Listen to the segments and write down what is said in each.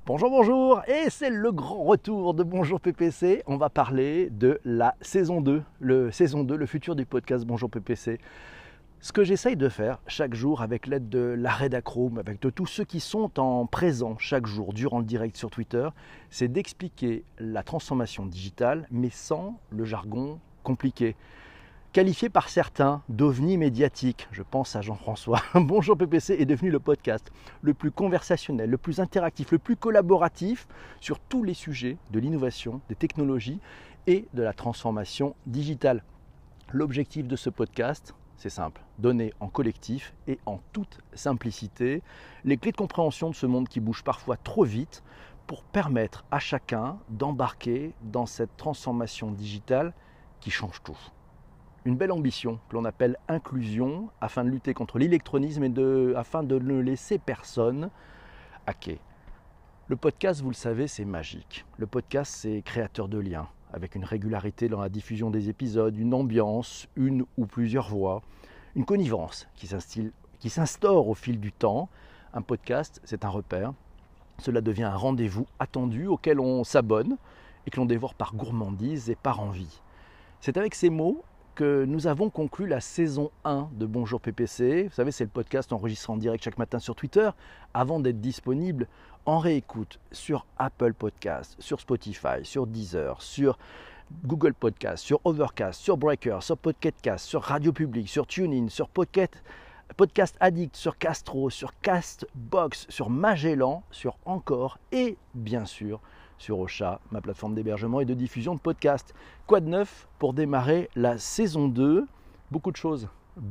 Bonjour, bonjour, et c'est le grand retour de Bonjour PPC. On va parler de la saison 2, le futur du podcast Bonjour PPC. Ce que j'essaye de faire chaque jour avec l'aide de la Redacroom, avec de tous ceux qui sont en présent chaque jour durant le direct sur Twitter, c'est d'expliquer la transformation digitale, mais sans le jargon compliqué. Qualifié par certains d'ovni médiatique, je pense à Jean-François, Bonjour PPC est devenu le podcast le plus conversationnel, le plus interactif, le plus collaboratif sur tous les sujets de l'innovation, des technologies et de la transformation digitale. L'objectif de ce podcast, c'est simple, donner en collectif et en toute simplicité les clés de compréhension de ce monde qui bouge parfois trop vite pour permettre à chacun d'embarquer dans cette transformation digitale qui change tout. Une belle ambition que l'on appelle inclusion afin de lutter contre l'électronisme et afin de ne laisser personne hacker. Le podcast, vous le savez, c'est magique. Le podcast, c'est créateur de liens avec une régularité dans la diffusion des épisodes, une ambiance, une ou plusieurs voix, une connivence qui s'instaure au fil du temps. Un podcast, c'est un repère. Cela devient un rendez-vous attendu auquel on s'abonne et que l'on dévore par gourmandise et par envie. C'est avec ces mots que nous avons conclu la saison 1 de Bonjour PPC. Vous savez, c'est le podcast enregistré en direct chaque matin sur Twitter avant d'être disponible en réécoute sur Apple Podcasts, sur Spotify, sur Deezer, sur Google Podcasts, sur Overcast, sur Breaker, sur Pocket Cast, sur Radio Public, sur TuneIn, sur Podcast Addict, sur Castro, sur Castbox, sur Magellan, sur Encore et bien sûr sur Ocha, ma plateforme d'hébergement et de diffusion de podcasts. Quoi de neuf pour démarrer la saison 2 ? Beaucoup de choses,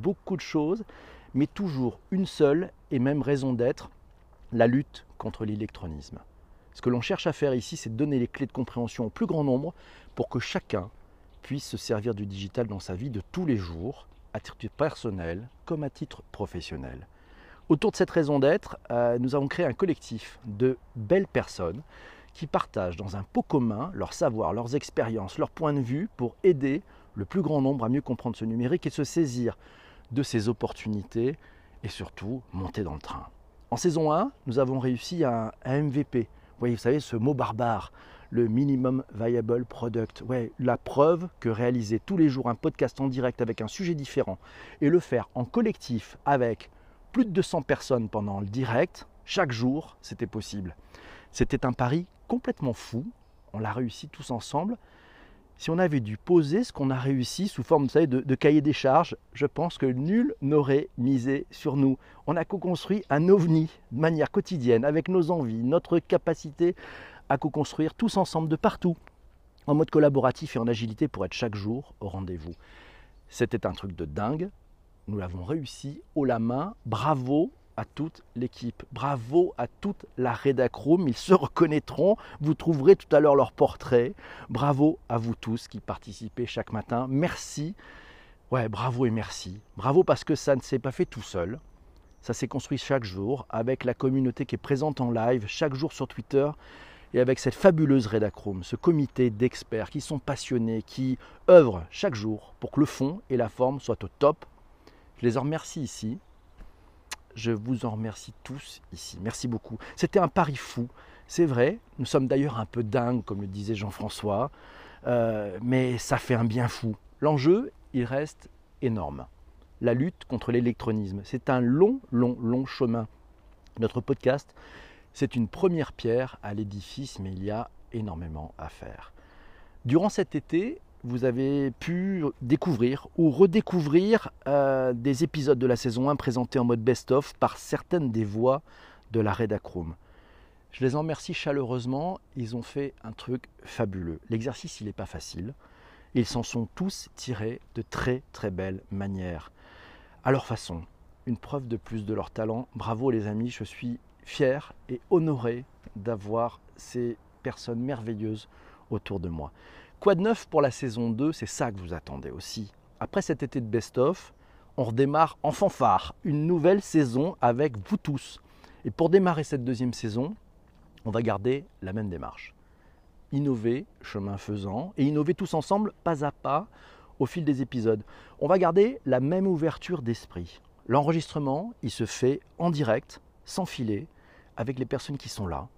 mais toujours une seule et même raison d'être, la lutte contre l'électronisme. Ce que l'on cherche à faire ici, c'est de donner les clés de compréhension au plus grand nombre pour que chacun puisse se servir du digital dans sa vie de tous les jours, à titre personnel comme à titre professionnel. Autour de cette raison d'être, nous avons créé un collectif de belles personnes qui partagent dans un pot commun leur savoir, leurs expériences, leurs points de vue pour aider le plus grand nombre à mieux comprendre ce numérique et se saisir de ses opportunités et surtout monter dans le train. En saison 1, nous avons réussi un MVP. Vous savez, ce mot barbare, le Minimum Viable Product. La preuve que réaliser tous les jours un podcast en direct avec un sujet différent et le faire en collectif avec plus de 200 personnes pendant le direct, chaque jour, c'était possible. C'était un pari complètement fou, on l'a réussi tous ensemble. Si on avait dû poser ce qu'on a réussi sous forme de cahier des charges, je pense que nul n'aurait misé sur nous. On a co-construit un ovni de manière quotidienne avec nos envies, notre capacité à co-construire tous ensemble de partout, en mode collaboratif et en agilité pour être chaque jour au rendez-vous. C'était un truc de dingue, nous l'avons réussi haut la main, bravo à toute l'équipe, bravo à toute la Redacroom, ils se reconnaîtront, vous trouverez tout à l'heure leur portrait, bravo à vous tous qui participez chaque matin, merci, bravo et merci, bravo parce que ça ne s'est pas fait tout seul, ça s'est construit chaque jour avec la communauté qui est présente en live chaque jour sur Twitter et avec cette fabuleuse Redacroom, ce comité d'experts qui sont passionnés, qui œuvrent chaque jour pour que le fond et la forme soient au top. Je les en remercie ici. Je vous en remercie tous ici. Merci beaucoup. C'était un pari fou. C'est vrai, nous sommes d'ailleurs un peu dingues, comme le disait Jean-François, mais ça fait un bien fou. L'enjeu, il reste énorme. La lutte contre l'électronisme, c'est un long chemin. Notre podcast, c'est une première pierre à l'édifice, mais il y a énormément à faire. Durant cet été, vous avez pu découvrir ou redécouvrir des épisodes de la saison 1 présentés en mode best-of par certaines des voix de la Redacroom. Je les en remercie chaleureusement, ils ont fait un truc fabuleux. L'exercice, il n'est pas facile. Ils s'en sont tous tirés de très belles manières. À leur façon, une preuve de plus de leur talent. Bravo les amis, je suis fier et honoré d'avoir ces personnes merveilleuses autour de moi. Quoi de neuf pour la saison 2, c'est ça que vous attendez aussi. Après cet été de best-of, on redémarre en fanfare, une nouvelle saison avec vous tous. Et pour démarrer cette deuxième saison, on va garder la même démarche. Innover, chemin faisant, et innover tous ensemble, pas à pas, au fil des épisodes. On va garder la même ouverture d'esprit. L'enregistrement, il se fait en direct, sans filet, avec les personnes qui sont là,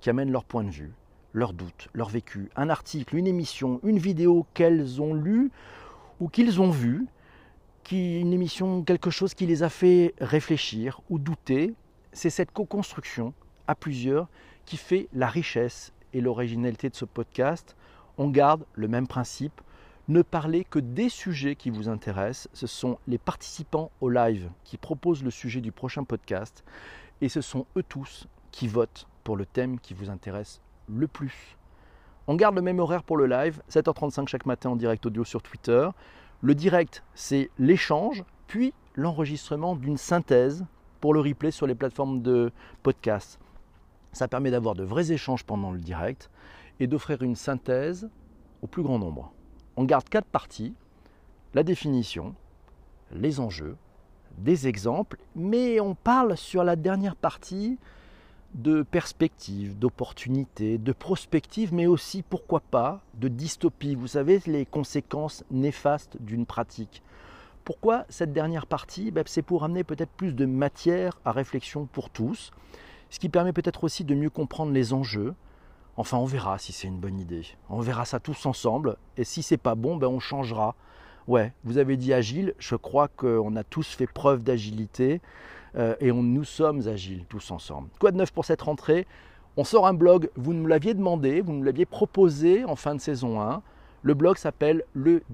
qui amènent leur point de vue, leurs doutes, leur vécu, un article, une émission, une vidéo qu'elles ont lue ou qu'ils ont vue, une émission, quelque chose qui les a fait réfléchir ou douter. C'est cette co-construction à plusieurs qui fait la richesse et l'originalité de ce podcast. On garde le même principe, ne parler que des sujets qui vous intéressent. Ce sont les participants au live qui proposent le sujet du prochain podcast et ce sont eux tous qui votent pour le thème qui vous intéresse le plus. On garde le même horaire pour le live, 7h35 chaque matin en direct audio sur Twitter. Le direct, c'est l'échange, puis l'enregistrement d'une synthèse pour le replay sur les plateformes de podcast. Ça permet d'avoir de vrais échanges pendant le direct et d'offrir une synthèse au plus grand nombre. On garde 4 parties, la définition, les enjeux, des exemples, mais on parle sur la dernière partie de perspective, d'opportunité, de prospective, mais aussi, pourquoi pas, de dystopie. Vous savez, les conséquences néfastes d'une pratique. Pourquoi cette dernière partie ? C'est pour amener peut-être plus de matière à réflexion pour tous, ce qui permet peut-être aussi de mieux comprendre les enjeux. Enfin, on verra si c'est une bonne idée. On verra ça tous ensemble, et si c'est pas bon, on changera. Ouais, vous avez dit agile, je crois qu'on a tous fait preuve d'agilité, et nous sommes agiles tous ensemble. Quoi de neuf pour cette rentrée ? On sort un blog, vous nous l'aviez demandé, vous nous l'aviez proposé en fin de saison 1. Le blog s'appelle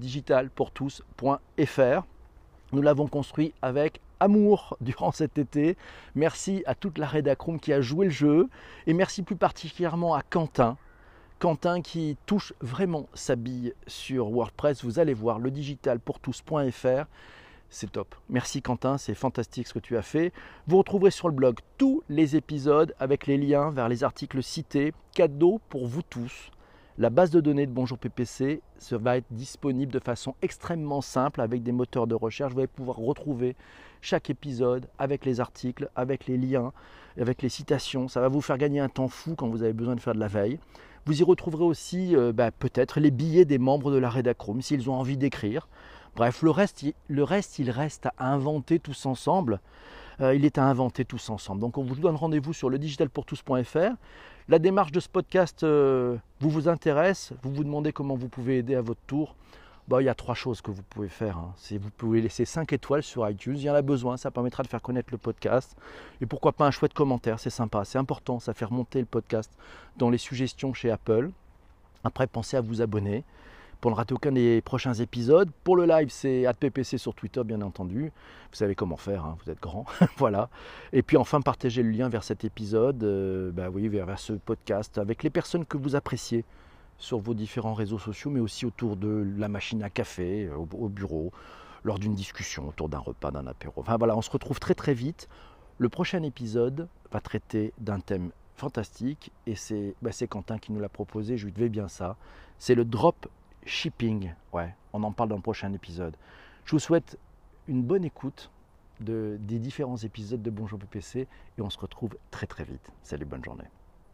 ledigitalpourtous.fr. Nous l'avons construit avec amour durant cet été. Merci à toute la rédacroom qui a joué le jeu et merci plus particulièrement à Quentin. Quentin qui touche vraiment sa bille sur WordPress. Vous allez voir ledigitalpourtous.fr. C'est top. Merci Quentin, c'est fantastique ce que tu as fait. Vous retrouverez sur le blog tous les épisodes avec les liens vers les articles cités. Cadeau pour vous tous. La base de données de Bonjour PPC va être disponible de façon extrêmement simple avec des moteurs de recherche. Vous allez pouvoir retrouver chaque épisode avec les articles, avec les liens, avec les citations. Ça va vous faire gagner un temps fou quand vous avez besoin de faire de la veille. Vous y retrouverez aussi peut-être les billets des membres de la rédacroom s'ils ont envie d'écrire. Bref, le reste, il reste à inventer tous ensemble. Il est à inventer tous ensemble. Donc on vous donne rendez-vous sur ledigitalpourtous.fr. La démarche de ce podcast vous intéresse, vous vous demandez comment vous pouvez aider à votre tour. Il y a 3 choses que vous pouvez faire. Vous pouvez laisser 5 étoiles sur iTunes, il y en a besoin, ça permettra de faire connaître le podcast. Et pourquoi pas un chouette commentaire, c'est sympa, c'est important, ça fait remonter le podcast dans les suggestions chez Apple. Après, pensez à vous abonner pour ne rater aucun des prochains épisodes. Pour le live, c'est @ppc sur Twitter, bien entendu. Vous savez comment faire, vous êtes grand. Voilà. Et puis enfin, partagez le lien vers cet épisode, vers ce podcast, avec les personnes que vous appréciez sur vos différents réseaux sociaux, mais aussi autour de la machine à café, au bureau, lors d'une discussion, autour d'un repas, d'un apéro. Enfin voilà, on se retrouve très très vite. Le prochain épisode va traiter d'un thème fantastique, et c'est Quentin qui nous l'a proposé, je lui devais bien ça. C'est le drop shipping, on en parle dans le prochain épisode. Je vous souhaite une bonne écoute des différents épisodes de Bonjour PPC et on se retrouve très très vite. Salut, bonne journée.